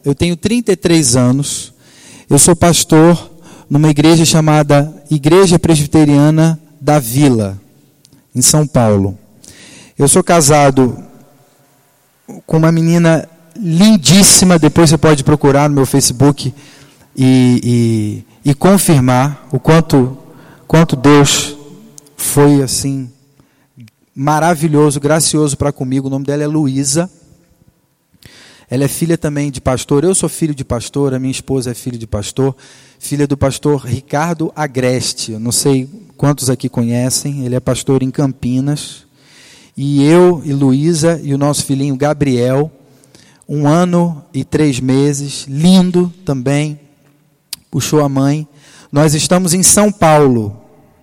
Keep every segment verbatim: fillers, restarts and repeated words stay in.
eu tenho trinta e três anos, eu sou pastor numa igreja chamada Igreja Presbiteriana da Vila, em São Paulo. Eu sou casado com uma menina lindíssima, depois você pode procurar no meu Facebook e, e, e confirmar o quanto, quanto Deus foi assim maravilhoso, gracioso para comigo. O nome dela é Luísa. Ela é filha também de pastor. Eu sou filho de pastor, a minha esposa é filha de pastor, filha do pastor Ricardo Agreste. Eu não sei quantos aqui conhecem, ele é pastor em Campinas. E eu e Luísa e o nosso filhinho Gabriel, um ano e três meses, lindo também, puxou a mãe. Nós estamos em São Paulo,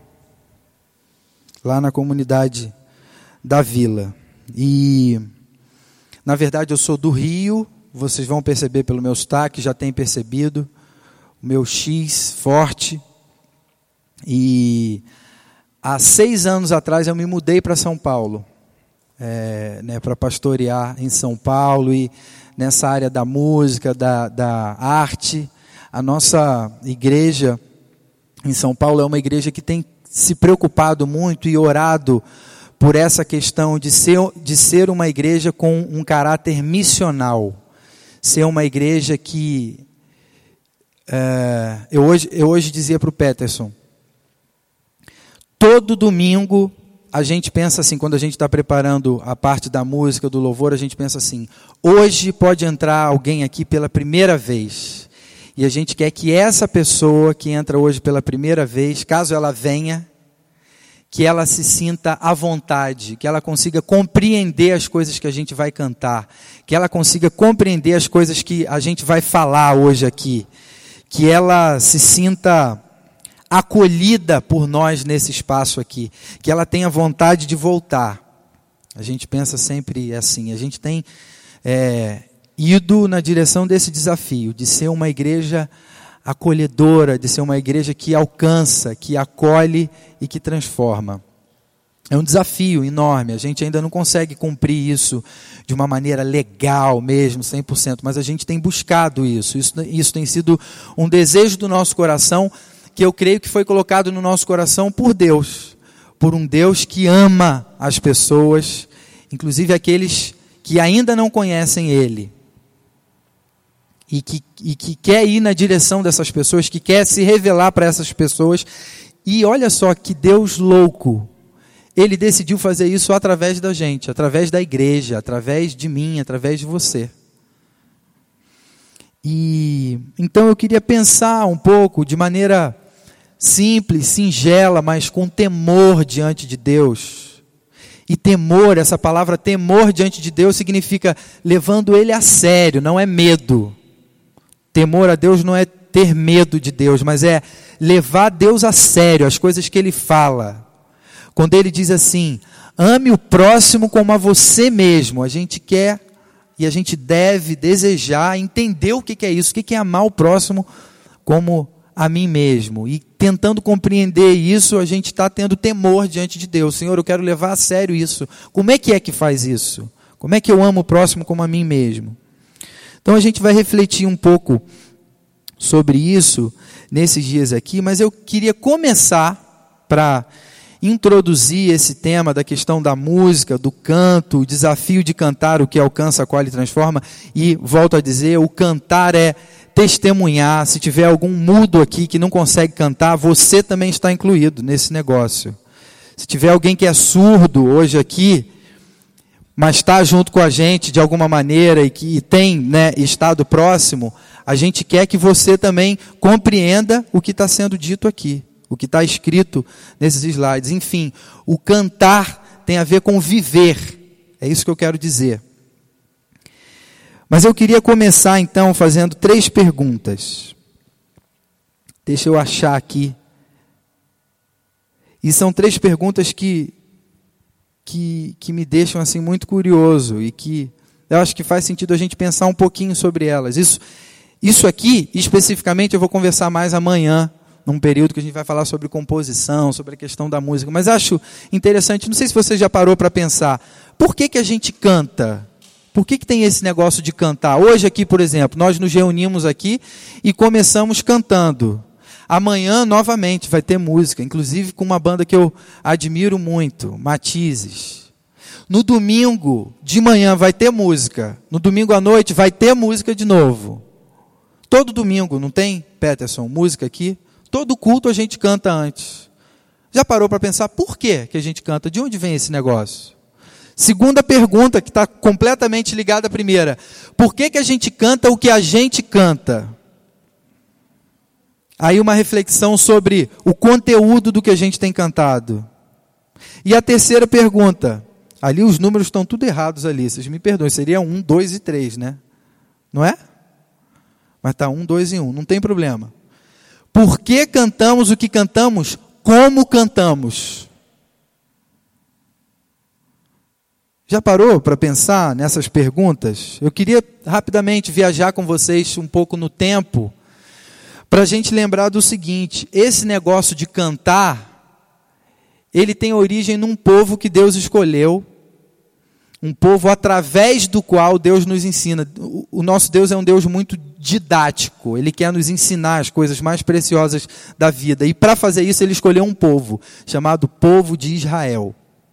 lá na comunidade da Vila. E, na verdade, eu sou do Rio, vocês vão perceber pelo meu sotaque, já tem percebido, o meu X forte. E há seis anos atrás eu me mudei para São Paulo. É, né, para pastorear em São Paulo e nessa área da música, da, da arte. A nossa igreja em São Paulo é uma igreja que tem se preocupado muito e orado por essa questão de ser, de ser uma igreja com um caráter missional, ser uma igreja que é, eu, hoje, eu hoje dizia para o Peterson, todo domingo a gente pensa assim, quando a gente está preparando a parte da música, do louvor, a gente pensa assim, hoje pode entrar alguém aqui pela primeira vez. E a gente quer que essa pessoa que entra hoje pela primeira vez, caso ela venha, que ela se sinta à vontade, que ela consiga compreender as coisas que a gente vai cantar, que ela consiga compreender as coisas que a gente vai falar hoje aqui, que ela se sinta acolhida por nós nesse espaço aqui, que ela tenha vontade de voltar. A gente pensa sempre assim, a gente tem é, ido na direção desse desafio, de ser uma igreja acolhedora, de ser uma igreja que alcança, que acolhe e que transforma. É um desafio enorme, a gente ainda não consegue cumprir isso de uma maneira legal mesmo, cem por cento, mas a gente tem buscado isso, isso, isso tem sido um desejo do nosso coração, que eu creio que foi colocado no nosso coração por Deus, por um Deus que ama as pessoas, inclusive aqueles que ainda não conhecem Ele, e que, e que quer ir na direção dessas pessoas, que quer se revelar para essas pessoas, e olha só que Deus louco, Ele decidiu fazer isso através da gente, através da igreja, através de mim, através de você. E então eu queria pensar um pouco de maneira simples, singela, mas com temor diante de Deus. E temor, essa palavra temor diante de Deus significa levando Ele a sério, não é medo. Temor a Deus não é ter medo de Deus, mas é levar Deus a sério, as coisas que Ele fala. Quando Ele diz assim, ame o próximo como a você mesmo, a gente quer e a gente deve desejar, entender o que é isso, o que é amar o próximo como a mim mesmo. E tentando compreender isso, a gente está tendo temor diante de Deus. Senhor, eu quero levar a sério isso. Como é que é que faz isso? Como é que eu amo o próximo como a mim mesmo? Então a gente vai refletir um pouco sobre isso nesses dias aqui, mas eu queria começar para introduzir esse tema da questão da música, do canto, o desafio de cantar o que alcança, acolhe e transforma. E volto a dizer, o cantar é testemunhar. Se tiver algum mudo aqui que não consegue cantar, você também está incluído nesse negócio. Se tiver alguém que é surdo hoje aqui, mas está junto com a gente de alguma maneira e que tem, né, estado próximo, a gente quer que você também compreenda o que está sendo dito aqui, o que está escrito nesses slides. Enfim, o cantar tem a ver com viver, é isso que eu quero dizer. Mas eu queria começar então fazendo três perguntas. Deixa eu achar aqui. E são três perguntas que, que, que me deixam assim muito curioso e que eu acho que faz sentido a gente pensar um pouquinho sobre elas. Isso, isso aqui, especificamente, eu vou conversar mais amanhã, num período que a gente vai falar sobre composição, sobre a questão da música. Mas acho interessante, não sei se você já parou para pensar, por que que a gente canta? Por que que tem esse negócio de cantar? Hoje aqui, por exemplo, nós nos reunimos aqui e começamos cantando. Amanhã, novamente, vai ter música, inclusive com uma banda que eu admiro muito, Matizes. No domingo de manhã vai ter música. No domingo à noite vai ter música de novo. Todo domingo, não tem, Peterson, música aqui? Todo culto a gente canta antes. Já parou para pensar por que que a gente canta? De onde vem esse negócio? Segunda pergunta, que está completamente ligada à primeira. Por que que a gente canta o que a gente canta? Aí uma reflexão sobre o conteúdo do que a gente tem cantado. E a terceira pergunta. Ali os números estão tudo errados ali, vocês me perdoem. Seria um, dois e três, né? Não é? Mas está um, dois e um, não tem problema. Por que cantamos o que cantamos? Como cantamos? Já parou para pensar nessas perguntas? Eu queria rapidamente viajar com vocês um pouco no tempo, para a gente lembrar do seguinte: esse negócio de cantar, ele tem origem num povo que Deus escolheu, um povo através do qual Deus nos ensina. O nosso Deus é um Deus muito didático, Ele quer nos ensinar as coisas mais preciosas da vida, e para fazer isso Ele escolheu um povo, chamado povo de Israel.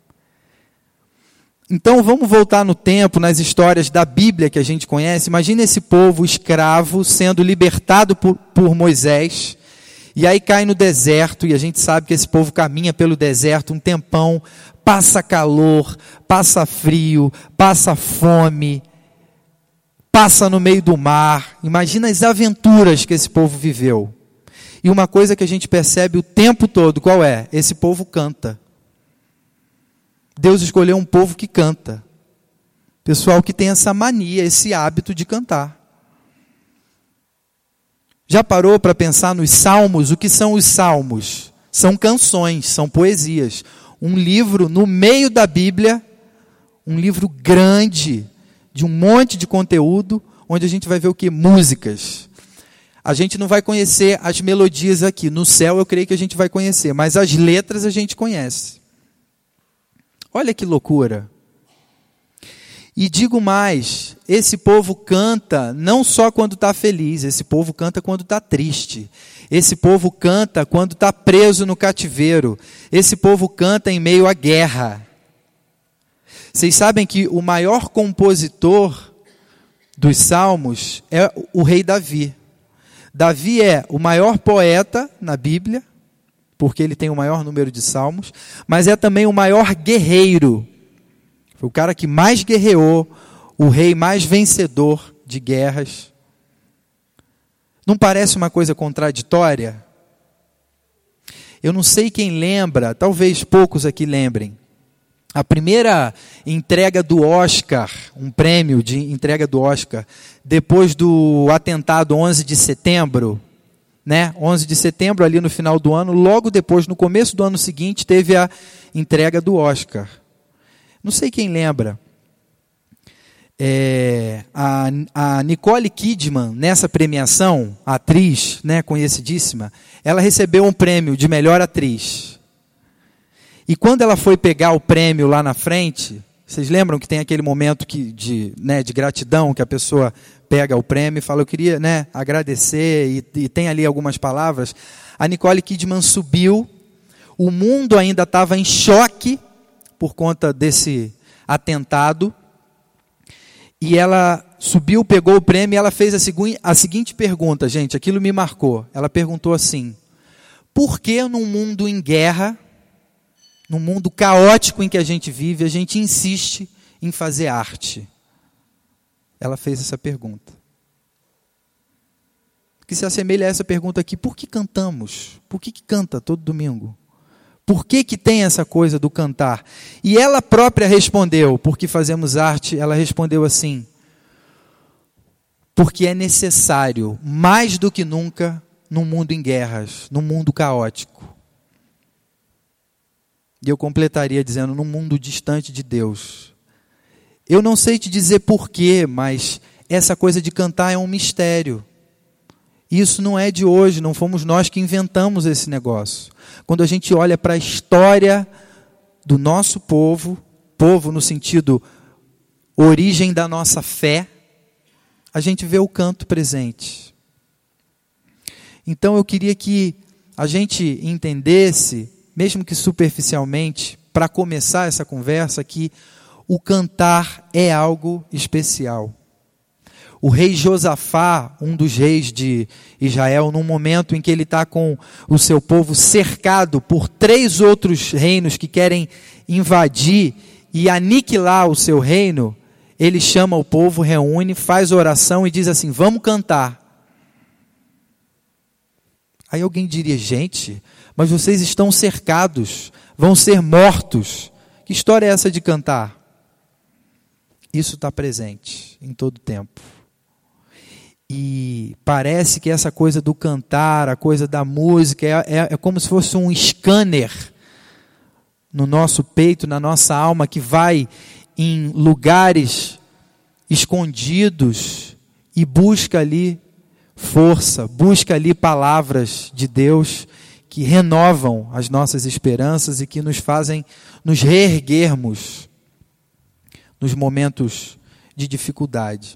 Então vamos voltar no tempo, nas histórias da Bíblia que a gente conhece. Imagina esse povo escravo sendo libertado por, por Moisés, e aí cai no deserto, e a gente sabe que esse povo caminha pelo deserto um tempão, passa calor, passa frio, passa fome, passa no meio do mar. Imagina as aventuras que esse povo viveu. E uma coisa que a gente percebe o tempo todo, qual é? Esse povo canta. Deus escolheu um povo que canta. Pessoal que tem essa mania, esse hábito de cantar. Já parou para pensar nos salmos? O que são os salmos? São canções, são poesias. Um livro no meio da Bíblia, um livro grande, de um monte de conteúdo, onde a gente vai ver o que? Músicas. A gente não vai conhecer as melodias aqui. No céu eu creio que a gente vai conhecer, mas as letras a gente conhece. Olha que loucura. E digo mais, esse povo canta não só quando está feliz, esse povo canta quando está triste. Esse povo canta quando está preso no cativeiro. Esse povo canta em meio à guerra. Vocês sabem que o maior compositor dos salmos é o rei Davi. Davi é o maior poeta na Bíblia, porque ele tem o maior número de salmos, mas é também o maior guerreiro. Foi o cara que mais guerreou, o rei mais vencedor de guerras. Não parece uma coisa contraditória? Eu não sei quem lembra, talvez poucos aqui lembrem. A primeira entrega do Oscar, um prêmio de entrega do Oscar, depois do atentado onze de setembro, né? onze de setembro, ali no final do ano, logo depois, no começo do ano seguinte, teve a entrega do Oscar. Não sei quem lembra. É, a, a Nicole Kidman, nessa premiação, a atriz, né, conhecidíssima, ela recebeu um prêmio de melhor atriz. E quando ela foi pegar o prêmio lá na frente, vocês lembram que tem aquele momento que, de, né, de gratidão, que a pessoa pega o prêmio e fala, eu queria, né, agradecer, e, e tem ali algumas palavras. A Nicole Kidman subiu, o mundo ainda estava em choque por conta desse atentado, e ela subiu, pegou o prêmio, e ela fez a, segu- a seguinte pergunta, gente, aquilo me marcou. Ela perguntou assim: por que num mundo em guerra, num mundo caótico em que a gente vive, a gente insiste em fazer arte? Ela fez essa pergunta. Que se assemelha a essa pergunta aqui: por que cantamos? Por que, que canta todo domingo? Por que, que tem essa coisa do cantar? E ela própria respondeu, porque fazemos arte, ela respondeu assim: porque é necessário, mais do que nunca, num mundo em guerras, num mundo caótico. E eu completaria dizendo, num mundo distante de Deus. Eu não sei te dizer porquê, mas essa coisa de cantar é um mistério. Isso não é de hoje, não fomos nós que inventamos esse negócio. Quando a gente olha para a história do nosso povo, povo no sentido origem da nossa fé, a gente vê o canto presente. Então eu queria que a gente entendesse, mesmo que superficialmente, para começar essa conversa, que o cantar é algo especial. O rei Josafá, um dos reis de Israel, num momento em que ele está com o seu povo cercado por três outros reinos que querem invadir e aniquilar o seu reino, ele chama o povo, reúne, faz oração e diz assim: vamos cantar. Aí alguém diria: gente, mas vocês estão cercados, vão ser mortos. Que história é essa de cantar? Isso está presente em todo tempo. E parece que essa coisa do cantar, a coisa da música, é, é, é como se fosse um scanner no nosso peito, na nossa alma, que vai em lugares escondidos e busca ali força, busca ali palavras de Deus que renovam as nossas esperanças e que nos fazem nos reerguermos nos momentos de dificuldade.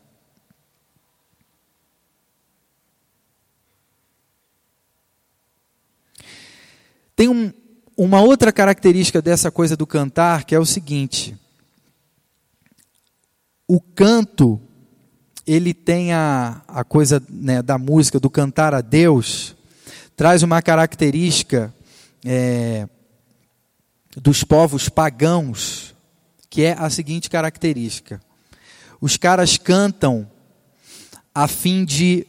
Tem um, uma outra característica dessa coisa do cantar, que é o seguinte: o canto, ele tem a, a coisa, né, da música, do cantar a Deus, traz uma característica é, dos povos pagãos, que é a seguinte característica: os caras cantam a fim de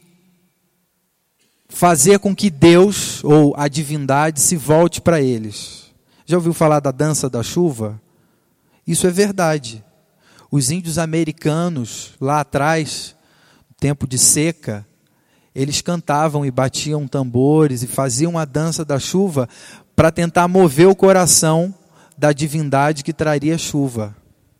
fazer com que Deus ou a divindade se volte para eles. Já ouviu falar da dança da chuva? Isso é verdade. Os índios americanos, lá atrás, no tempo de seca, eles cantavam e batiam tambores e faziam a dança da chuva para tentar mover o coração da divindade que traria chuva.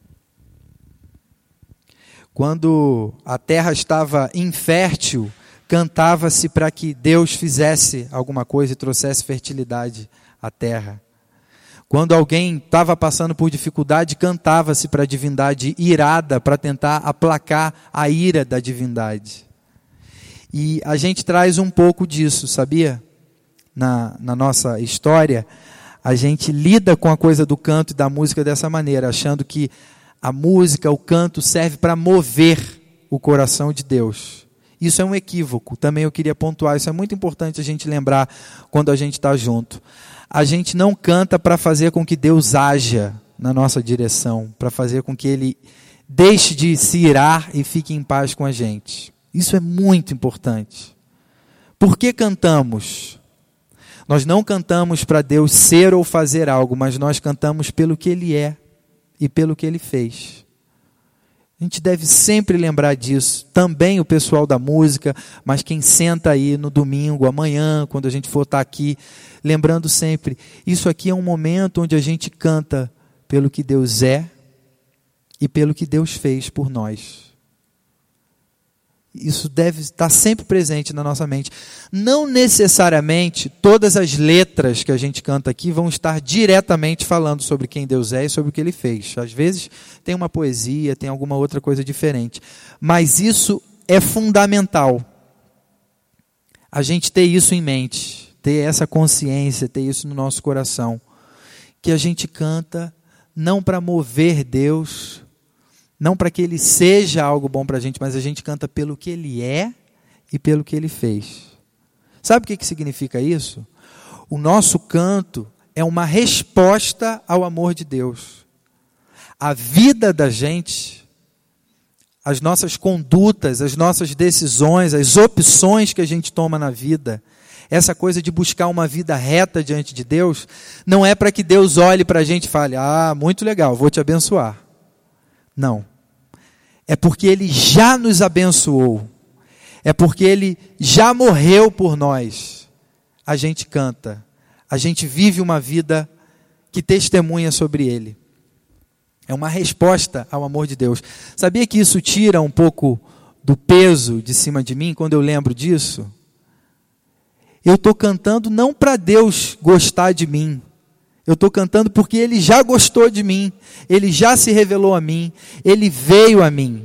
Quando a terra estava infértil, cantava-se para que Deus fizesse alguma coisa e trouxesse fertilidade à terra. Quando alguém estava passando por dificuldade, cantava-se para a divindade irada, para tentar aplacar a ira da divindade. E a gente traz um pouco disso, sabia? Na, na nossa história, a gente lida com a coisa do canto e da música dessa maneira, achando que a música, o canto, serve para mover o coração de Deus. Isso é um equívoco, também eu queria pontuar, isso é muito importante a gente lembrar quando a gente está junto. A gente não canta para fazer com que Deus haja na nossa direção, para fazer com que Ele deixe de se irar e fique em paz com a gente. Isso é muito importante. Por que cantamos? Nós não cantamos para Deus ser ou fazer algo, mas nós cantamos pelo que Ele é e pelo que Ele fez. A gente deve sempre lembrar disso. Também o pessoal da música, mas quem senta aí no domingo, amanhã, quando a gente for estar aqui, lembrando sempre, isso aqui é um momento onde a gente canta pelo que Deus é e pelo que Deus fez por nós. Isso deve estar sempre presente na nossa mente. Não necessariamente todas as letras que a gente canta aqui vão estar diretamente falando sobre quem Deus é e sobre o que Ele fez. Às vezes tem uma poesia, tem alguma outra coisa diferente. Mas isso é fundamental. A gente ter isso em mente, ter essa consciência, ter isso no nosso coração. Que a gente canta não para mover Deus, não para que Ele seja algo bom para a gente, mas a gente canta pelo que Ele é e pelo que Ele fez. Sabe o que, que significa isso? O nosso canto é uma resposta ao amor de Deus. A vida da gente, as nossas condutas, as nossas decisões, as opções que a gente toma na vida, essa coisa de buscar uma vida reta diante de Deus, não é para que Deus olhe para a gente e fale: ah, muito legal, vou te abençoar. Não. É porque Ele já nos abençoou. É porque Ele já morreu por nós. A gente canta. A gente vive uma vida que testemunha sobre Ele. É uma resposta ao amor de Deus. Sabia que isso tira um pouco do peso de cima de mim quando eu lembro disso? Eu estou cantando não para Deus gostar de mim. Eu estou cantando porque Ele já gostou de mim, Ele já se revelou a mim, Ele veio a mim.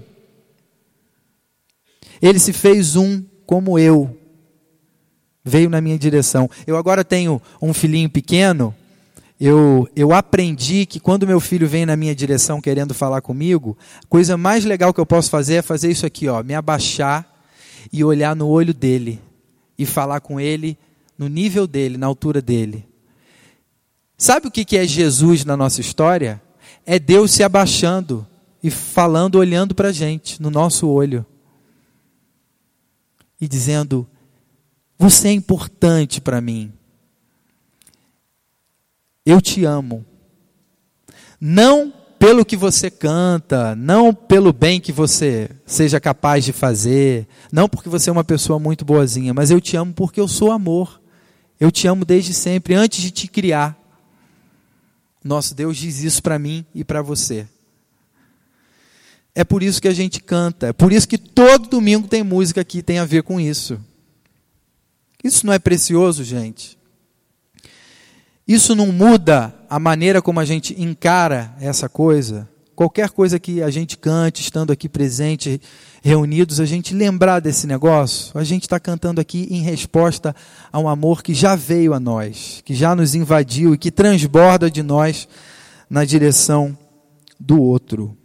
Ele se fez um como eu, veio na minha direção. Eu agora tenho um filhinho pequeno, eu, eu aprendi que quando meu filho vem na minha direção querendo falar comigo, a coisa mais legal que eu posso fazer é fazer isso aqui, ó, me abaixar e olhar no olho dele e falar com ele no nível dele, na altura dele. Sabe o que é Jesus na nossa história? É Deus se abaixando e falando, olhando para a gente, no nosso olho. E dizendo, você é importante para mim. Eu te amo. Não pelo que você canta, não pelo bem que você seja capaz de fazer, não porque você é uma pessoa muito boazinha, mas eu te amo porque eu sou amor. Eu te amo desde sempre, antes de te criar. Nosso Deus diz isso para mim e para você. É por isso que a gente canta, é por isso que todo domingo tem música que tem a ver com isso. Isso não é precioso, gente? Isso não muda a maneira como a gente encara essa coisa? Qualquer coisa que a gente cante, estando aqui presente, reunidos, a gente lembrar desse negócio, a gente está cantando aqui em resposta a um amor que já veio a nós, que já nos invadiu e que transborda de nós na direção do outro.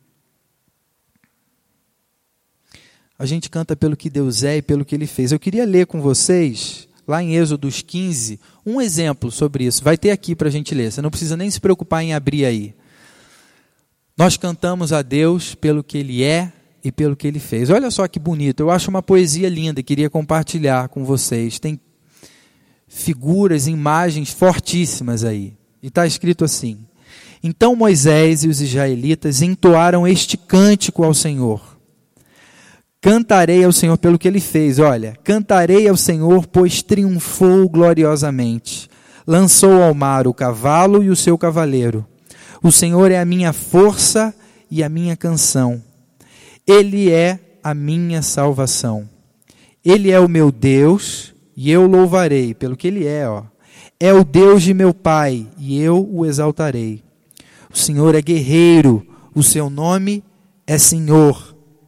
A gente canta pelo que Deus é e pelo que Ele fez. Eu queria ler com vocês, lá em Êxodo quinze, um exemplo sobre isso. Vai ter aqui para a gente ler, você não precisa nem se preocupar em abrir aí. Nós cantamos a Deus pelo que Ele é e pelo que Ele fez. Olha só que bonito, eu acho uma poesia linda, queria compartilhar com vocês. Tem figuras, imagens fortíssimas aí. E está escrito assim: então Moisés e os israelitas entoaram este cântico ao Senhor. Cantarei ao Senhor pelo que Ele fez. Olha, cantarei ao Senhor, pois triunfou gloriosamente. Lançou ao mar o cavalo e o seu cavaleiro. O Senhor é a minha força e a minha canção. Ele é a minha salvação. Ele é o meu Deus e eu louvarei pelo que Ele é. Ó. É o Deus de meu Pai e eu o exaltarei. O Senhor é guerreiro, o seu nome é Senhor.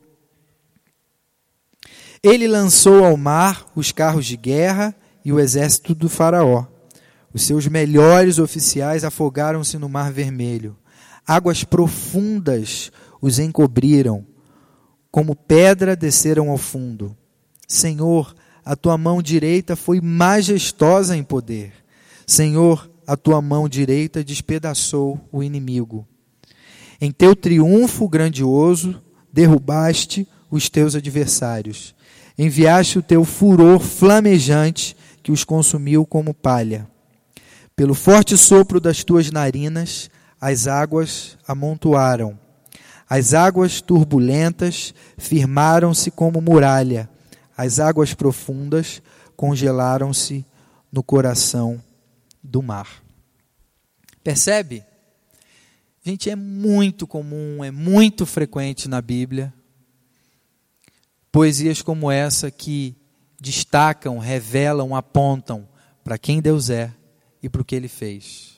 Ele lançou ao mar os carros de guerra e o exército do faraó. Os seus melhores oficiais afogaram-se no mar vermelho. Águas profundas os encobriram. Como pedra desceram ao fundo. Senhor, a tua mão direita foi majestosa em poder. Senhor, a tua mão direita despedaçou o inimigo. Em teu triunfo grandioso, derrubaste os teus adversários. Enviaste o teu furor flamejante que os consumiu como palha. Pelo forte sopro das tuas narinas, as águas amontoaram. As águas turbulentas firmaram-se como muralha. As águas profundas congelaram-se no coração do mar. Percebe? Gente, é muito comum, é muito frequente na Bíblia poesias como essa que destacam, revelam, apontam para quem Deus é e para o que Ele fez.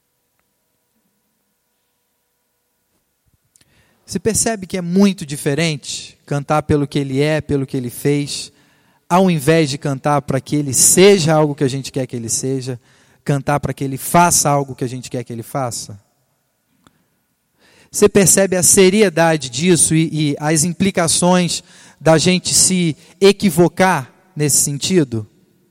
Você percebe que é muito diferente cantar pelo que Ele é, pelo que Ele fez, ao invés de cantar para que Ele seja algo que a gente quer que Ele seja, cantar para que Ele faça algo que a gente quer que Ele faça? Você percebe a seriedade disso e, e as implicações da gente se equivocar nesse sentido?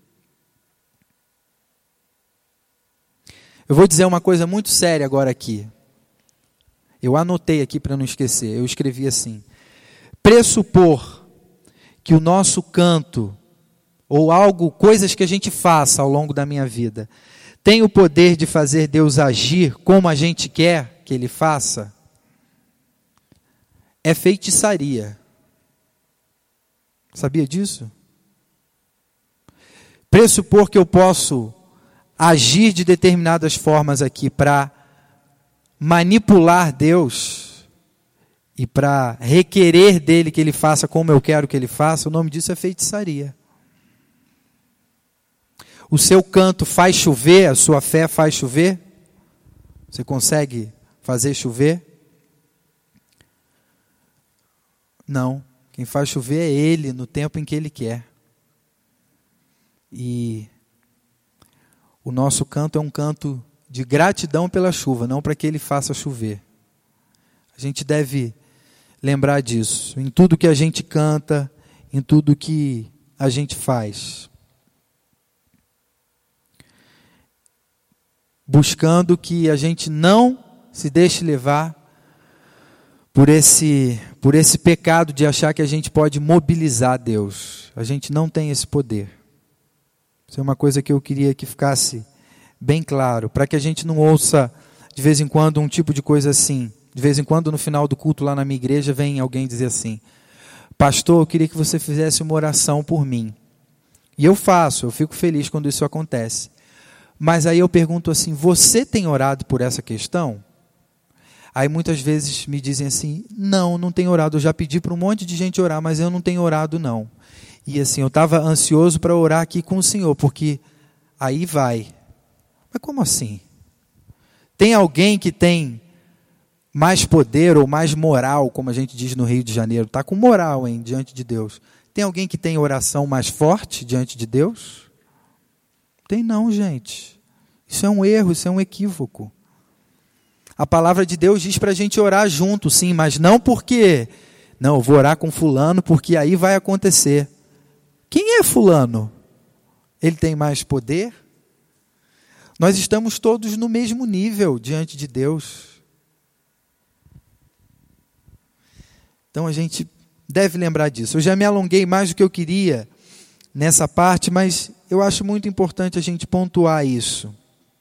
Eu vou dizer uma coisa muito séria agora aqui. Eu anotei aqui para não esquecer. Eu escrevi assim: pressupor que o nosso canto, ou algo, coisas que a gente faça ao longo da minha vida, tem o poder de fazer Deus agir como a gente quer que Ele faça, é feitiçaria. Sabia disso? Pressupor que eu posso agir de determinadas formas aqui para manipular Deus e para requerer dele que Ele faça como eu quero que Ele faça, o nome disso é feitiçaria. O seu canto faz chover, a sua fé faz chover? Você consegue fazer chover? Não. Quem faz chover é Ele, no tempo em que Ele quer. E o nosso canto é um canto de gratidão pela chuva, não para que Ele faça chover. A gente deve lembrar disso, em tudo que a gente canta, em tudo que a gente faz. Buscando que a gente não se deixe levar por esse, por esse pecado de achar que a gente pode mobilizar Deus. A gente não tem esse poder. Isso é uma coisa que eu queria que ficasse bem claro, para que a gente não ouça de vez em quando um tipo de coisa assim. De vez em quando no final do culto lá na minha igreja vem alguém dizer assim: pastor, eu queria que você fizesse uma oração por mim. E eu faço, eu fico feliz quando isso acontece. Mas aí eu pergunto assim: você tem orado por essa questão? Aí muitas vezes me dizem assim: não, não tenho orado, eu já pedi para um monte de gente orar, mas eu não tenho orado não. E assim, eu estava ansioso para orar aqui com o Senhor, porque aí vai. Mas como assim? Tem alguém que tem mais poder ou mais moral, como a gente diz no Rio de Janeiro, está com moral, hein, diante de Deus. Tem alguém que tem oração mais forte diante de Deus? Tem não, gente. Isso é um erro, isso é um equívoco. A palavra de Deus diz para a gente orar junto, sim, mas não porque, não, eu vou orar com fulano porque aí vai acontecer. Quem é fulano? Ele tem mais poder? Nós estamos todos no mesmo nível diante de Deus. Então a gente deve lembrar disso. Eu já me alonguei mais do que eu queria nessa parte, mas eu acho muito importante a gente pontuar isso.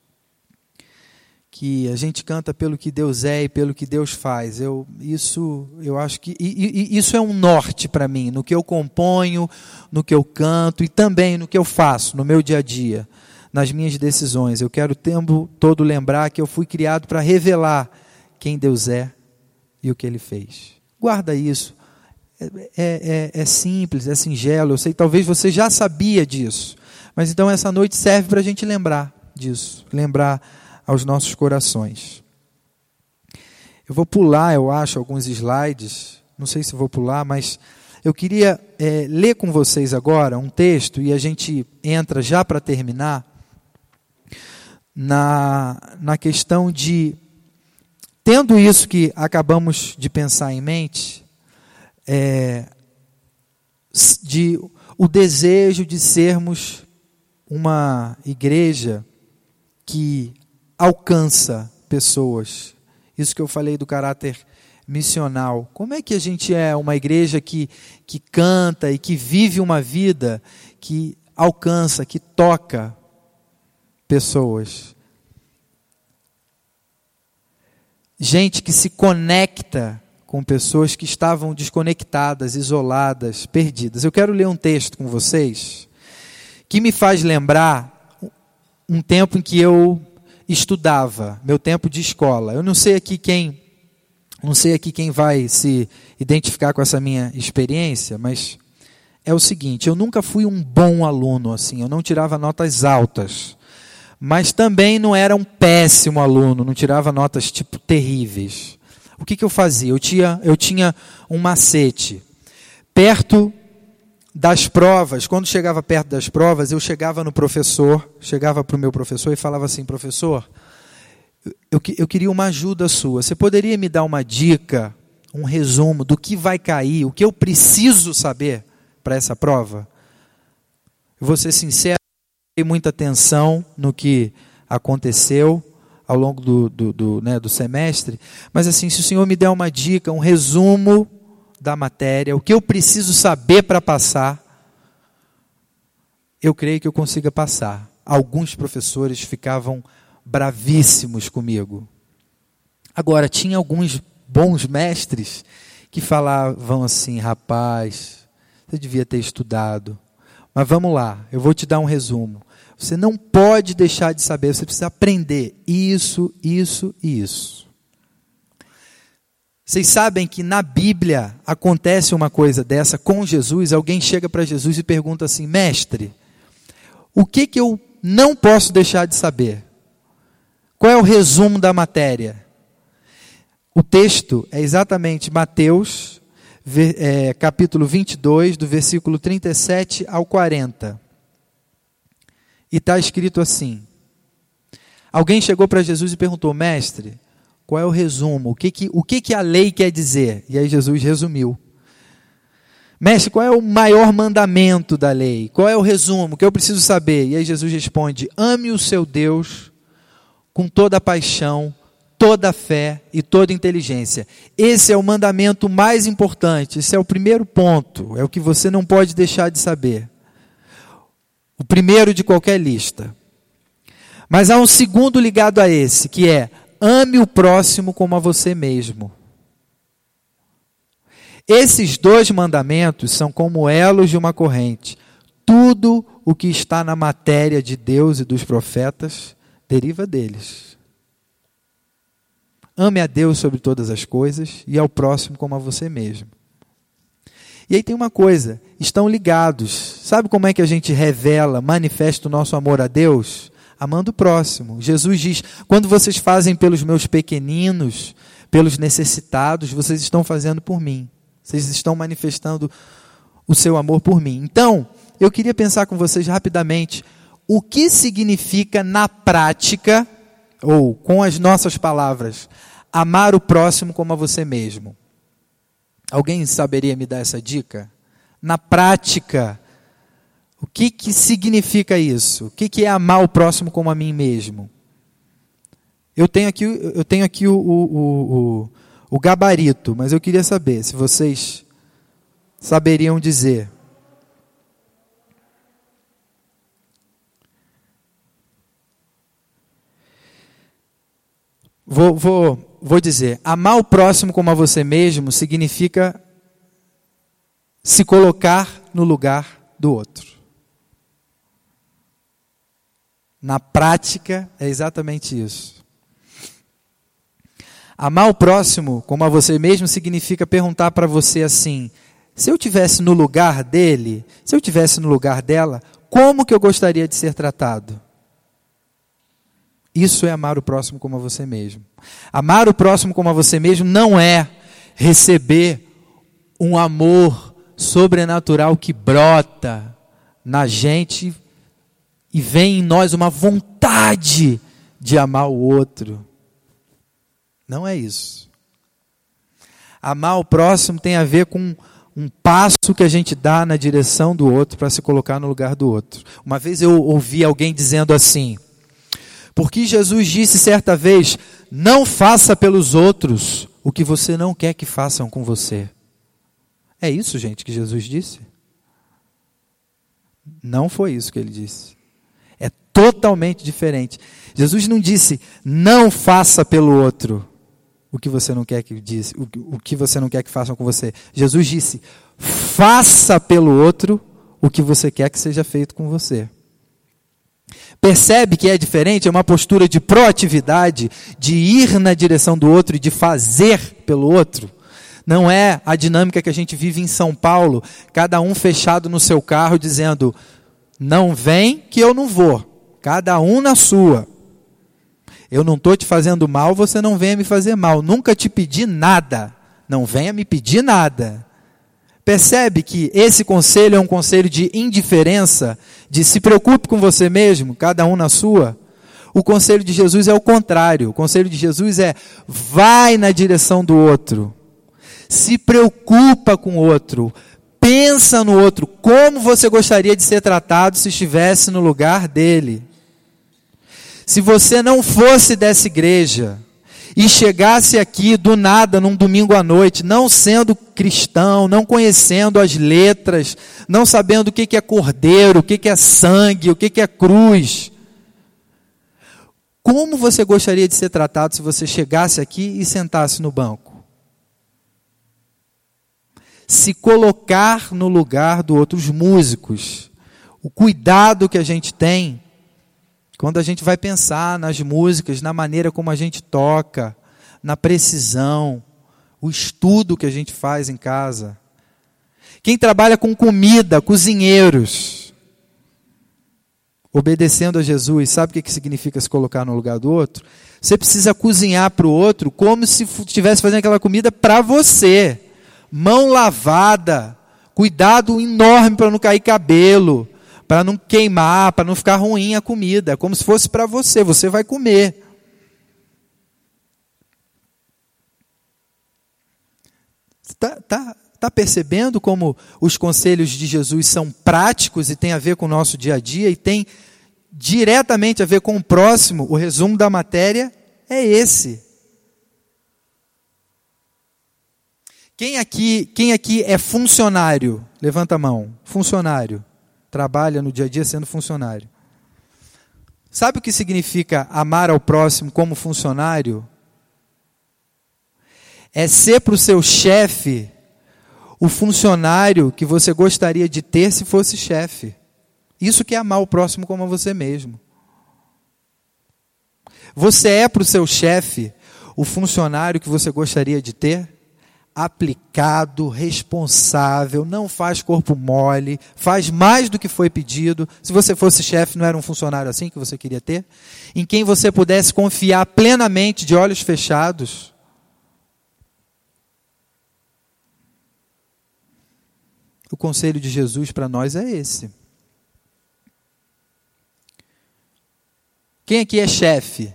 Que a gente canta pelo que Deus é e pelo que Deus faz. Eu, isso, eu acho que e, e, isso é um norte para mim, no que eu componho, no que eu canto e também no que eu faço, no meu dia a dia, nas minhas decisões. Eu quero o tempo todo lembrar que eu fui criado para revelar quem Deus é e o que Ele fez. Guarda isso. É, é, é simples, é singelo. Eu sei, talvez você já sabia disso, mas então essa noite serve para a gente lembrar disso, lembrar aos nossos corações. Eu vou pular, eu acho, alguns slides, não sei se vou pular, mas eu queria é, ler com vocês agora um texto, e a gente entra já para terminar, na, na questão de, tendo isso que acabamos de pensar em mente, é, de o desejo de sermos uma igreja que alcança pessoas. Isso que eu falei do caráter missional. Como é que a gente é uma igreja que, que canta e que vive uma vida que alcança, que toca pessoas? Gente que se conecta com pessoas que estavam desconectadas, isoladas, perdidas. Eu quero ler um texto com vocês que me faz lembrar um tempo em que eu estudava, meu tempo de escola. Eu não sei aqui quem, não sei aqui quem vai se identificar com essa minha experiência, mas é o seguinte: eu nunca fui um bom aluno, assim, eu não tirava notas altas, mas também não era um péssimo aluno, não tirava notas tipo terríveis. O que que eu fazia? Eu tinha, eu tinha um macete. Perto das provas, quando chegava perto das provas, eu chegava no professor, chegava para o meu professor e falava assim: professor, eu, eu queria uma ajuda sua. Você poderia me dar uma dica, um resumo do que vai cair, o que eu preciso saber para essa prova? Eu vou ser sincero, eu dei muita atenção no que aconteceu ao longo do, do, do, né, do semestre, mas assim, se o senhor me der uma dica, um resumo da matéria, o que eu preciso saber para passar, eu creio que eu consiga passar. Alguns professores ficavam bravíssimos comigo. Agora, tinha alguns bons mestres que falavam assim: rapaz, você devia ter estudado, mas vamos lá, eu vou te dar um resumo. Você não pode deixar de saber, você precisa aprender isso, isso e isso. Vocês sabem que na Bíblia acontece uma coisa dessa com Jesus. Alguém chega para Jesus e pergunta assim: mestre, o que que eu não posso deixar de saber? Qual é o resumo da matéria? O texto é exatamente Mateus, é, capítulo vinte e dois, do versículo trinta e sete ao quarenta. E está escrito assim: alguém chegou para Jesus e perguntou: mestre, qual é o resumo? O que que, o que que a lei quer dizer? E aí Jesus resumiu. Mestre, qual é o maior mandamento da lei? Qual é o resumo que eu preciso saber? E aí Jesus responde: ame o seu Deus com toda a paixão, toda a fé e toda a inteligência. Esse é o mandamento mais importante. Esse é o primeiro ponto. É o que você não pode deixar de saber. O primeiro de qualquer lista. Mas há um segundo ligado a esse, que é: ame o próximo como a você mesmo. Esses dois mandamentos são como elos de uma corrente. Tudo o que está na matéria de Deus e dos profetas deriva deles. Ame a Deus sobre todas as coisas e ao próximo como a você mesmo. E aí tem uma coisa, estão ligados. Sabe como é que a gente revela, manifesta o nosso amor a Deus? Amando o próximo. Jesus diz: quando vocês fazem pelos meus pequeninos, pelos necessitados, vocês estão fazendo por mim. Vocês estão manifestando o seu amor por mim. Então, eu queria pensar com vocês rapidamente o que significa na prática, ou com as nossas palavras, amar o próximo como a você mesmo. Alguém saberia me dar essa dica? Na prática, o que, que significa isso? O que, que é amar o próximo como a mim mesmo? Eu tenho aqui, eu tenho aqui o, o, o, o gabarito, mas eu queria saber se vocês saberiam dizer. Vou, vou, vou dizer, amar o próximo como a você mesmo significa se colocar no lugar do outro. Na prática, é exatamente isso. Amar o próximo como a você mesmo significa perguntar para você assim: se eu tivesse no lugar dele, se eu tivesse no lugar dela, como que eu gostaria de ser tratado? Isso é amar o próximo como a você mesmo. Amar o próximo como a você mesmo não é receber um amor sobrenatural que brota na gente e vem em nós uma vontade de amar o outro. Não é isso. Amar o próximo tem a ver com um passo que a gente dá na direção do outro para se colocar no lugar do outro. Uma vez eu ouvi alguém dizendo assim: porque Jesus disse certa vez: não faça pelos outros o que você não quer que façam com você. É isso, gente, que Jesus disse? Não foi isso que ele disse. É totalmente diferente. Jesus não disse: não faça pelo outro o que você não quer que disse, o, o que você não quer que façam com você. Jesus disse: faça pelo outro o que você quer que seja feito com você. Percebe que é diferente? É uma postura de proatividade, de ir na direção do outro e de fazer pelo outro. Não é a dinâmica que a gente vive em São Paulo, cada um fechado no seu carro dizendo: não vem que eu não vou, cada um na sua. Eu não estou te fazendo mal, você não venha me fazer mal. Nunca te pedi nada, não venha me pedir nada. Percebe que esse conselho é um conselho de indiferença, de se preocupe com você mesmo, cada um na sua? O conselho de Jesus é o contrário. O conselho de Jesus é: vai na direção do outro, se preocupa com o outro, pensa no outro, como você gostaria de ser tratado se estivesse no lugar dele. Se você não fosse dessa igreja e chegasse aqui do nada num domingo à noite, não sendo cristão, não conhecendo as letras, não sabendo o que é cordeiro, o que é sangue, o que é cruz, como você gostaria de ser tratado se você chegasse aqui e sentasse no banco? Se colocar no lugar do outro. Os músicos, o cuidado que a gente tem quando a gente vai pensar nas músicas, na maneira como a gente toca, na precisão, o estudo que a gente faz em casa. Quem trabalha com comida, cozinheiros, obedecendo a Jesus, sabe o que significa se colocar no lugar do outro? Você precisa cozinhar para o outro como se estivesse fazendo aquela comida para você. Mão lavada, cuidado enorme para não cair cabelo, para não queimar, para não ficar ruim a comida, como se fosse para você, você vai comer. Está tá, tá percebendo como os conselhos de Jesus são práticos e têm a ver com o nosso dia a dia e tem diretamente a ver com o próximo? O resumo da matéria é esse. Quem aqui, quem aqui é funcionário? Levanta a mão. Funcionário. Trabalha no dia a dia sendo funcionário. Sabe o que significa amar ao próximo como funcionário? É ser para o seu chefe o funcionário que você gostaria de ter se fosse chefe. Isso que é amar o próximo como a você mesmo. Você é para o seu chefe o funcionário que você gostaria de ter? Aplicado, responsável, não faz corpo mole, faz mais do que foi pedido. Se você fosse chefe, não era um funcionário assim que você queria ter? Em quem você pudesse confiar plenamente, de olhos fechados? O conselho de Jesus para nós é esse. Quem aqui é chefe?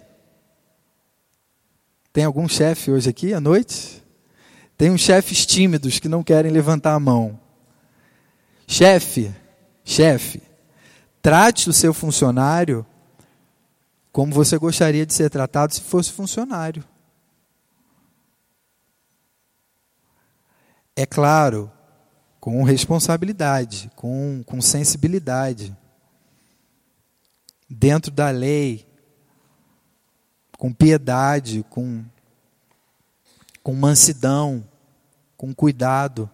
Tem algum chefe hoje aqui à noite? Tem uns chefes tímidos que não querem levantar a mão. Chefe, chefe, trate o seu funcionário como você gostaria de ser tratado se fosse funcionário. É claro, com responsabilidade, com, com sensibilidade, dentro da lei, com piedade, com, com mansidão, com cuidado.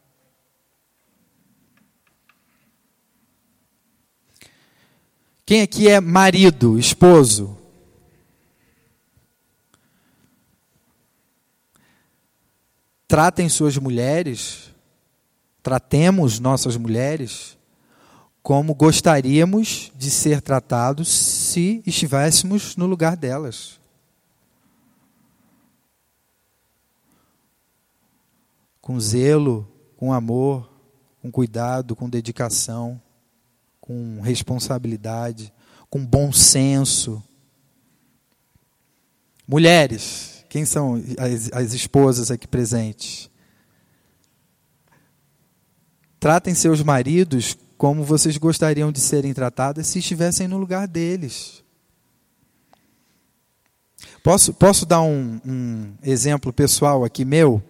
Quem aqui é marido, esposo? Tratem suas mulheres, tratemos nossas mulheres como gostaríamos de ser tratados se estivéssemos no lugar delas. Com zelo, com amor, com cuidado, com dedicação, com responsabilidade, com bom senso. Mulheres, quem são as, as esposas aqui presentes? Tratem seus maridos como vocês gostariam de serem tratadas se estivessem no lugar deles. Posso, posso dar um, um exemplo pessoal aqui meu?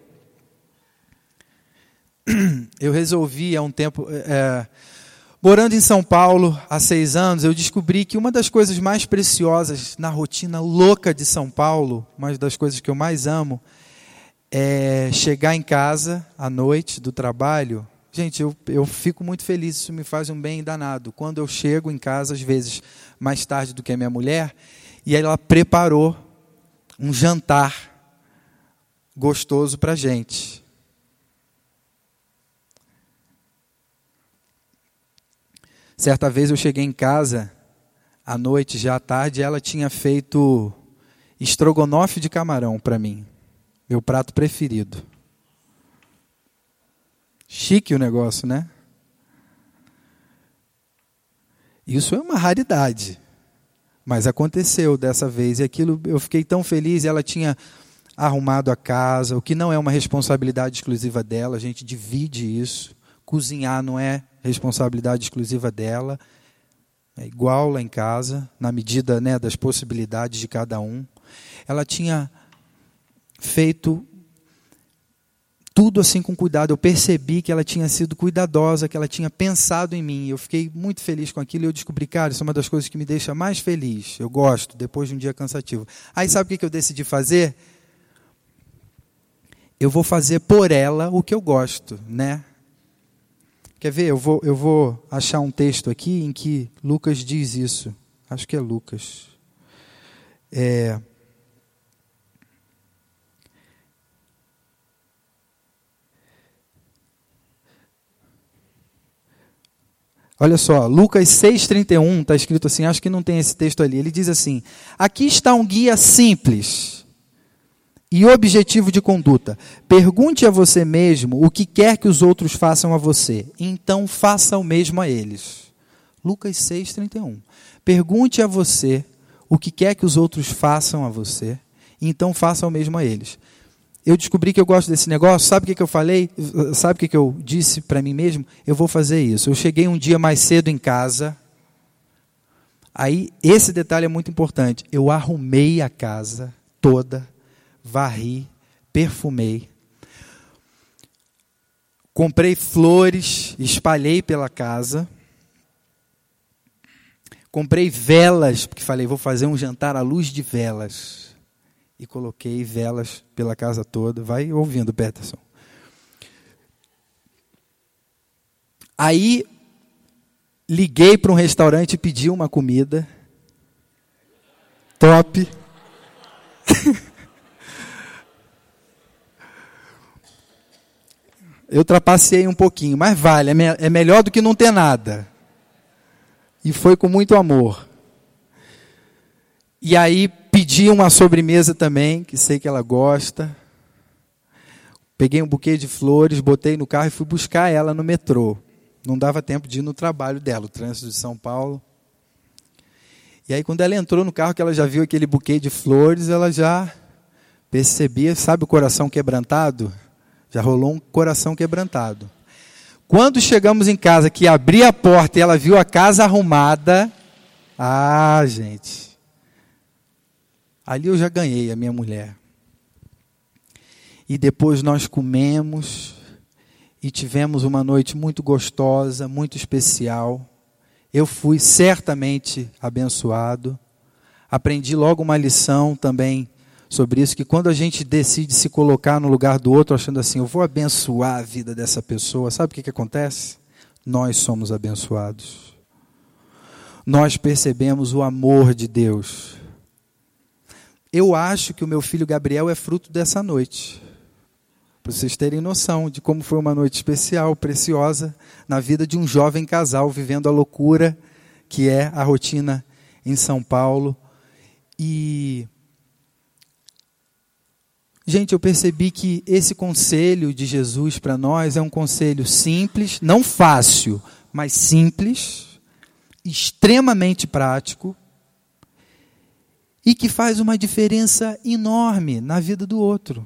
Eu resolvi há um tempo, é, morando em São Paulo há seis anos, eu descobri que uma das coisas mais preciosas na rotina louca de São Paulo, uma das coisas que eu mais amo, é chegar em casa à noite do trabalho. Gente, eu, eu fico muito feliz, isso me faz um bem danado. Quando eu chego em casa, às vezes mais tarde do que a minha mulher, e ela preparou um jantar gostoso para a gente. Certa vez eu cheguei em casa, à noite, já à tarde, e ela tinha feito estrogonofe de camarão para mim, meu prato preferido. Chique o negócio, né? Isso é uma raridade, mas aconteceu dessa vez, e aquilo eu fiquei tão feliz, ela tinha arrumado a casa, o que não é uma responsabilidade exclusiva dela, a gente divide isso. Cozinhar não é responsabilidade exclusiva dela, é igual lá em casa, na medida, né, das possibilidades de cada um. Ela tinha feito tudo assim com cuidado. Eu percebi que ela tinha sido cuidadosa, que ela tinha pensado em mim. Eu fiquei muito feliz com aquilo e eu descobri, cara, isso é uma das coisas que me deixa mais feliz. Eu gosto, depois de um dia cansativo. Aí sabe o que eu decidi fazer? Eu vou fazer por ela o que eu gosto, né? Quer ver? Eu vou, eu vou achar um texto aqui em que Lucas diz isso. Acho que é Lucas. É... Olha só, Lucas seis, trinta e um, está escrito assim, acho que não tem esse texto ali. Ele diz assim: aqui está um guia simples e objetivo de conduta. Pergunte a você mesmo o que quer que os outros façam a você, então faça o mesmo a eles. Lucas seis, trinta e um. Pergunte a você o que quer que os outros façam a você, então faça o mesmo a eles. Eu descobri que eu gosto desse negócio. Sabe o que, que eu falei? Sabe o que, que eu disse para mim mesmo? Eu vou fazer isso. Eu cheguei um dia mais cedo em casa. Aí, esse detalhe é muito importante. Eu arrumei a casa toda, varri, perfumei. Comprei flores, espalhei pela casa. Comprei velas, porque falei, vou fazer um jantar à luz de velas. E coloquei velas pela casa toda. Vai ouvindo, Peterson. Aí, liguei para um restaurante e pedi uma comida. Top. Eu trapaceei um pouquinho, mas vale, é, me- é melhor do que não ter nada. E foi com muito amor. E aí pedi uma sobremesa também, que sei que ela gosta. Peguei um buquê de flores, botei no carro e fui buscar ela no metrô. Não dava tempo de ir no trabalho dela, o trânsito de São Paulo. E aí quando ela entrou no carro, que ela já viu aquele buquê de flores, ela já percebia, sabe o coração quebrantado? Já rolou um coração quebrantado. Quando chegamos em casa, que abri a porta e ela viu a casa arrumada, ah, gente... Ali eu já ganhei a minha mulher. E depois nós comemos e tivemos uma noite muito gostosa, muito especial. Eu fui certamente abençoado. Aprendi logo uma lição também sobre isso, que quando a gente decide se colocar no lugar do outro, achando assim, eu vou abençoar a vida dessa pessoa, sabe o que, que acontece? Nós somos abençoados. Nós percebemos o amor de Deus. Eu acho que o meu filho Gabriel é fruto dessa noite. Para vocês terem noção de como foi uma noite especial, preciosa, na vida de um jovem casal, vivendo a loucura que é a rotina em São Paulo. E, gente, eu percebi que esse conselho de Jesus para nós é um conselho simples, não fácil, mas simples, extremamente prático, e que faz uma diferença enorme na vida do outro.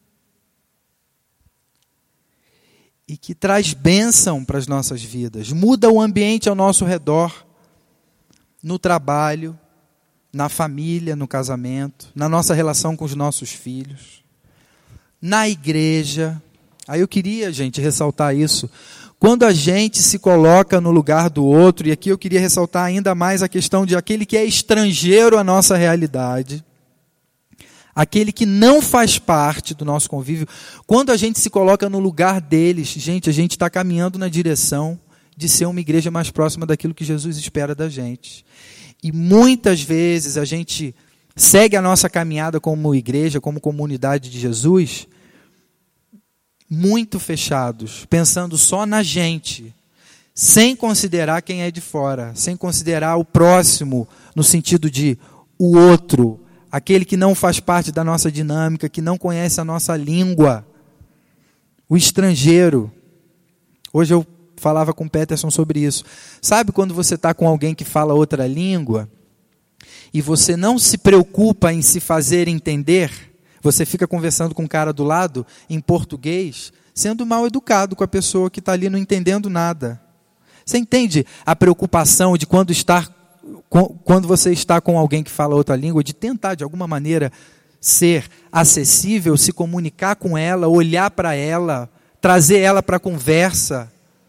E que traz bênção para as nossas vidas. Muda o ambiente ao nosso redor. No trabalho, na família, no casamento, na nossa relação com os nossos filhos. Na igreja. Aí eu queria, gente, ressaltar isso. Quando a gente se coloca no lugar do outro, e aqui eu queria ressaltar ainda mais a questão de aquele que é estrangeiro à nossa realidade, aquele que não faz parte do nosso convívio, quando a gente se coloca no lugar deles, gente, a gente está caminhando na direção de ser uma igreja mais próxima daquilo que Jesus espera da gente. E muitas vezes a gente segue a nossa caminhada como igreja, como comunidade de Jesus, muito fechados, pensando só na gente, sem considerar quem é de fora, sem considerar o próximo, no sentido de o outro, aquele que não faz parte da nossa dinâmica, que não conhece a nossa língua, o estrangeiro. Hoje eu falava com o Peterson sobre isso. Sabe quando você está com alguém que fala outra língua, e você não se preocupa em se fazer entender? Você fica conversando com o cara do lado, em português, sendo mal educado com a pessoa que está ali não entendendo nada. Você entende a preocupação de quando, estar, quando você está com alguém que fala outra língua, de tentar, de alguma maneira, ser acessível, se comunicar com ela, olhar para ela, trazer ela para a conversa,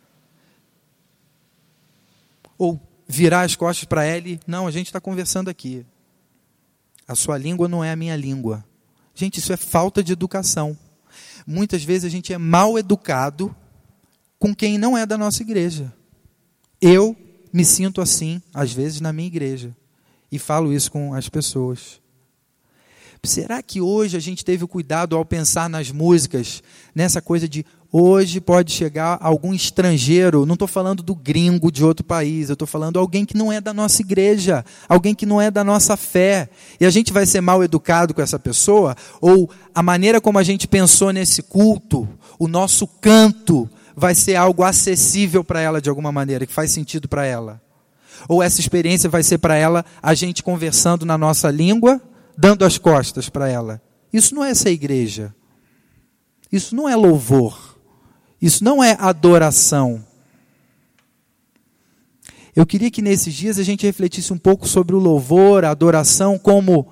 ou virar as costas para ela e, não, a gente está conversando aqui. A sua língua não é a minha língua. Gente, isso é falta de educação. Muitas vezes a gente é mal educado com quem não é da nossa igreja. Eu me sinto assim, às vezes, na minha igreja. E falo isso com as pessoas. Será que hoje a gente teve o cuidado ao pensar nas músicas, nessa coisa de hoje pode chegar algum estrangeiro, não estou falando do gringo de outro país, eu estou falando alguém que não é da nossa igreja, alguém que não é da nossa fé, e a gente vai ser mal educado com essa pessoa, ou a maneira como a gente pensou nesse culto, o nosso canto, vai ser algo acessível para ela de alguma maneira, que faz sentido para ela. Ou essa experiência vai ser para ela a gente conversando na nossa língua, dando as costas para ela. Isso não é ser igreja. Isso não é louvor. Isso não é adoração. Eu queria que nesses dias a gente refletisse um pouco sobre o louvor, a adoração, como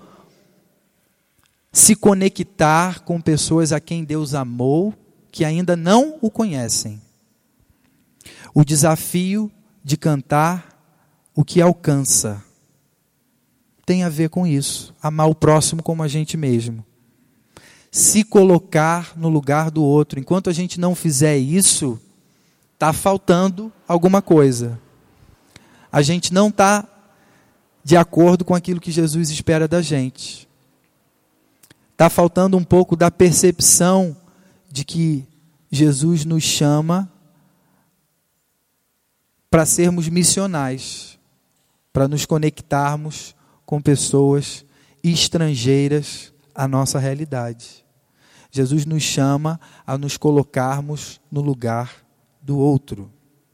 se conectar com pessoas a quem Deus amou, que ainda não o conhecem. O desafio de cantar o que alcança tem a ver com isso. Amar o próximo como a gente mesmo. Se colocar no lugar do outro. Enquanto a gente não fizer isso, está faltando alguma coisa. A gente não está de acordo com aquilo que Jesus espera da gente. Está faltando um pouco da percepção de que Jesus nos chama para sermos missionais, para nos conectarmos com pessoas estrangeiras à nossa realidade. Jesus nos chama a nos colocarmos no lugar do outro.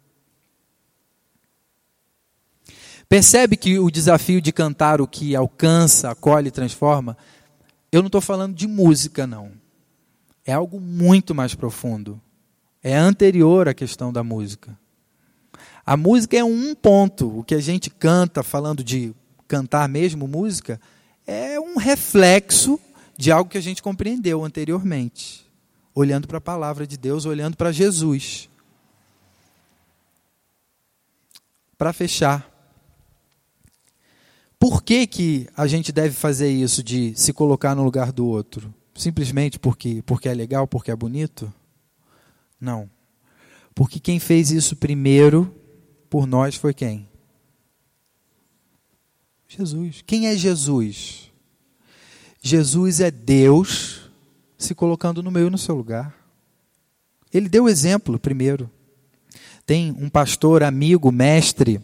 Percebe que o desafio de cantar o que alcança, acolhe e transforma, eu não estou falando de música, não. É algo muito mais profundo. É anterior à questão da música. A música é um ponto. O que a gente canta, falando de cantar mesmo música, é um reflexo de algo que a gente compreendeu anteriormente. Olhando para a palavra de Deus, olhando para Jesus. Para fechar. Por que que a gente deve fazer isso de se colocar no lugar do outro? Simplesmente porque, porque é legal, porque é bonito? Não. Porque quem fez isso primeiro por nós foi quem? Jesus. Quem é Jesus? Jesus é Deus se colocando no meu e no seu lugar. Ele deu o exemplo primeiro. Tem um pastor, amigo, mestre,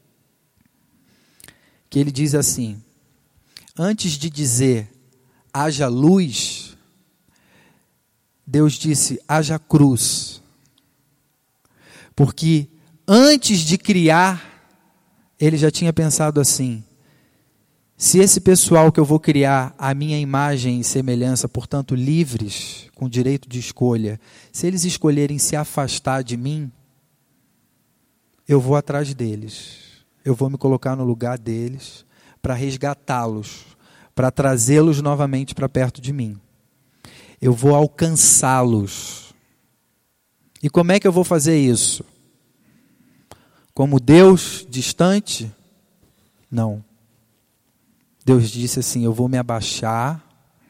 que ele diz assim: antes de dizer haja luz, Deus disse haja cruz. Porque antes de criar, ele já tinha pensado assim: se esse pessoal que eu vou criar à minha imagem e semelhança, portanto livres, com direito de escolha, se eles escolherem se afastar de mim, eu vou atrás deles. Eu vou me colocar no lugar deles para resgatá-los, para trazê-los novamente para perto de mim. Eu vou alcançá-los. E como é que eu vou fazer isso? Como Deus distante? Não. Deus disse assim: eu vou me abaixar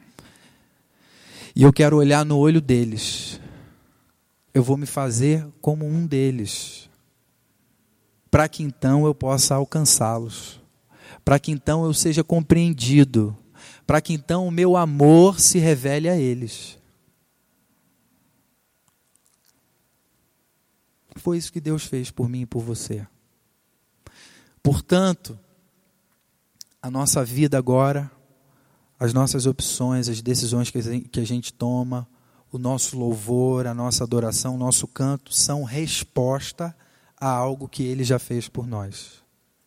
e eu quero olhar no olho deles. Eu vou me fazer como um deles, para que então eu possa alcançá-los, para que então eu seja compreendido, para que então o meu amor se revele a eles. Foi isso que Deus fez por mim e por você. Portanto, a nossa vida agora, as nossas opções, as decisões que a gente toma, o nosso louvor, a nossa adoração, o nosso canto, são resposta a algo que Ele já fez por nós.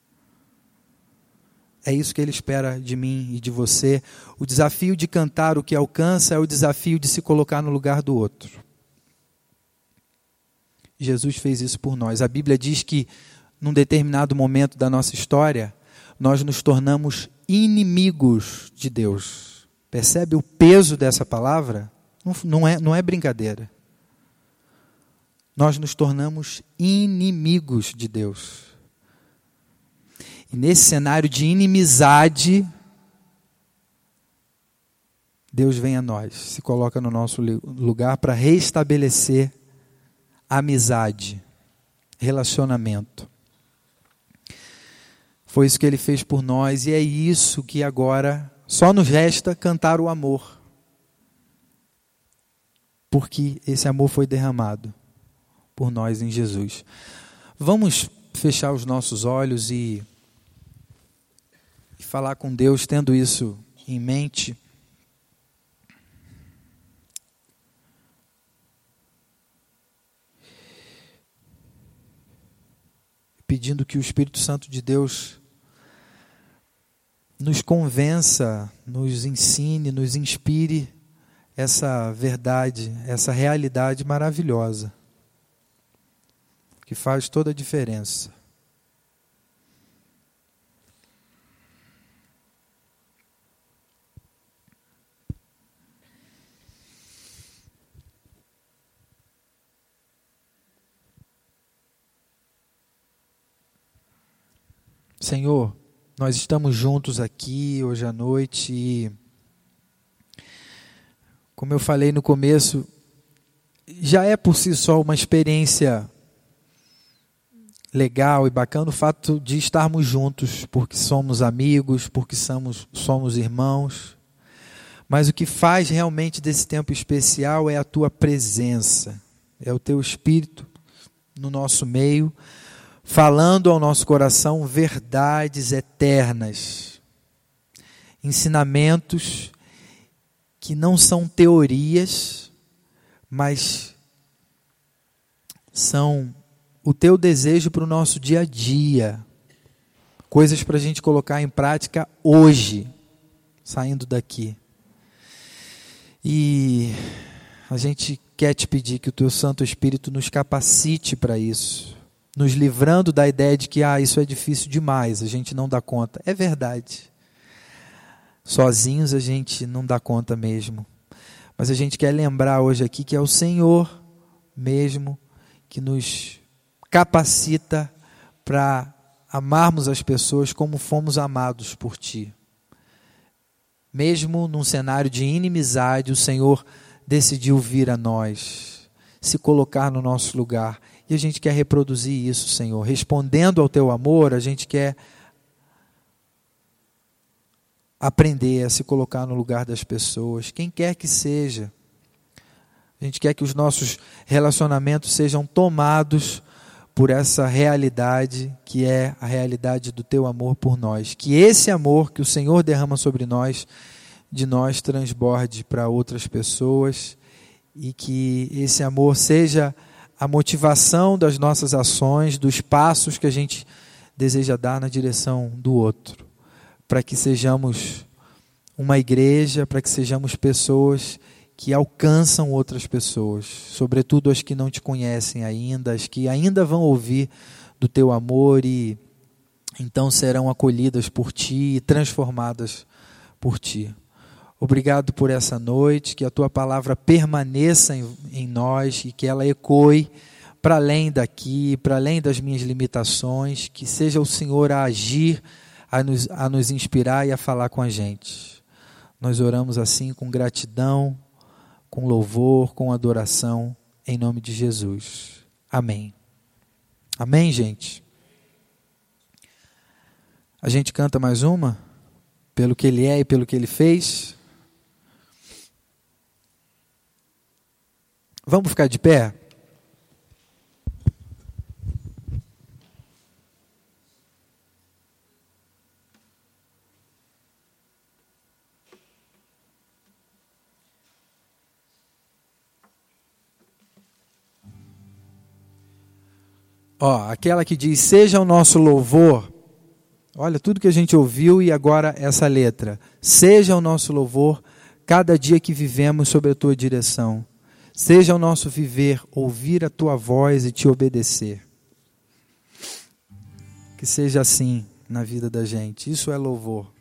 É isso que Ele espera de mim e de você. O desafio de cantar o que alcança é o desafio de se colocar no lugar do outro. Jesus fez isso por nós. A Bíblia diz que, num determinado momento da nossa história, nós nos tornamos inimigos de Deus. Percebe o peso dessa palavra? Não, não é, não é brincadeira. Nós nos tornamos inimigos de Deus. E nesse cenário de inimizade, Deus vem a nós, se coloca no nosso lugar para restabelecer amizade, relacionamento. Foi isso que Ele fez por nós e é isso que agora só nos resta cantar o amor. porque esse amor foi derramado por nós em Jesus. Vamos fechar os nossos olhos e, e falar com Deus tendo isso em mente. Pedindo que o Espírito Santo de Deus nos convença, nos ensine, nos inspire essa verdade, essa realidade maravilhosa, que faz toda a diferença. Senhor, nós estamos juntos aqui hoje à noite e, como eu falei no começo, já é por si só uma experiência legal e bacana o fato de estarmos juntos, porque somos amigos, porque somos, somos irmãos. Mas o que faz realmente desse tempo especial é a Tua presença, é o Teu Espírito no nosso meio, falando ao nosso coração verdades eternas, ensinamentos que não são teorias, mas são o Teu desejo para o nosso dia a dia, coisas para a gente colocar em prática hoje, saindo daqui. E a gente quer te pedir que o Teu Santo Espírito nos capacite para isso, nos livrando da ideia de que ah, isso é difícil demais, a gente não dá conta. É verdade. Sozinhos a gente não dá conta mesmo. Mas a gente quer lembrar hoje aqui que é o Senhor mesmo que nos capacita para amarmos as pessoas como fomos amados por Ti. Mesmo num cenário de inimizade, o Senhor decidiu vir a nós, se colocar no nosso lugar. E a gente quer reproduzir isso, Senhor. Respondendo ao Teu amor, a gente quer aprender a se colocar no lugar das pessoas, quem quer que seja. A gente quer que os nossos relacionamentos sejam tomados por essa realidade, que é a realidade do Teu amor por nós. Que esse amor que o Senhor derrama sobre nós, de nós transborde para outras pessoas, e que esse amor seja a motivação das nossas ações, dos passos que a gente deseja dar na direção do outro, para que sejamos uma igreja, para que sejamos pessoas que alcançam outras pessoas, sobretudo as que não Te conhecem ainda, as que ainda vão ouvir do Teu amor e então serão acolhidas por Ti e transformadas por Ti. Obrigado por essa noite, que a Tua palavra permaneça em, em nós e que ela ecoe para além daqui, para além das minhas limitações, que seja o Senhor a agir, a nos, a nos inspirar e a falar com a gente. Nós oramos assim com gratidão, com louvor, com adoração, em nome de Jesus. Amém. Amém, gente? A gente canta mais uma? Pelo que Ele é e pelo que Ele fez. Vamos ficar de pé? Ó, aquela que diz, seja o nosso louvor. Olha, tudo que a gente ouviu e agora essa letra. Seja o nosso louvor cada dia que vivemos sob a Tua direção. Seja o nosso viver, ouvir a Tua voz e Te obedecer. Que seja assim na vida da gente. Isso é louvor.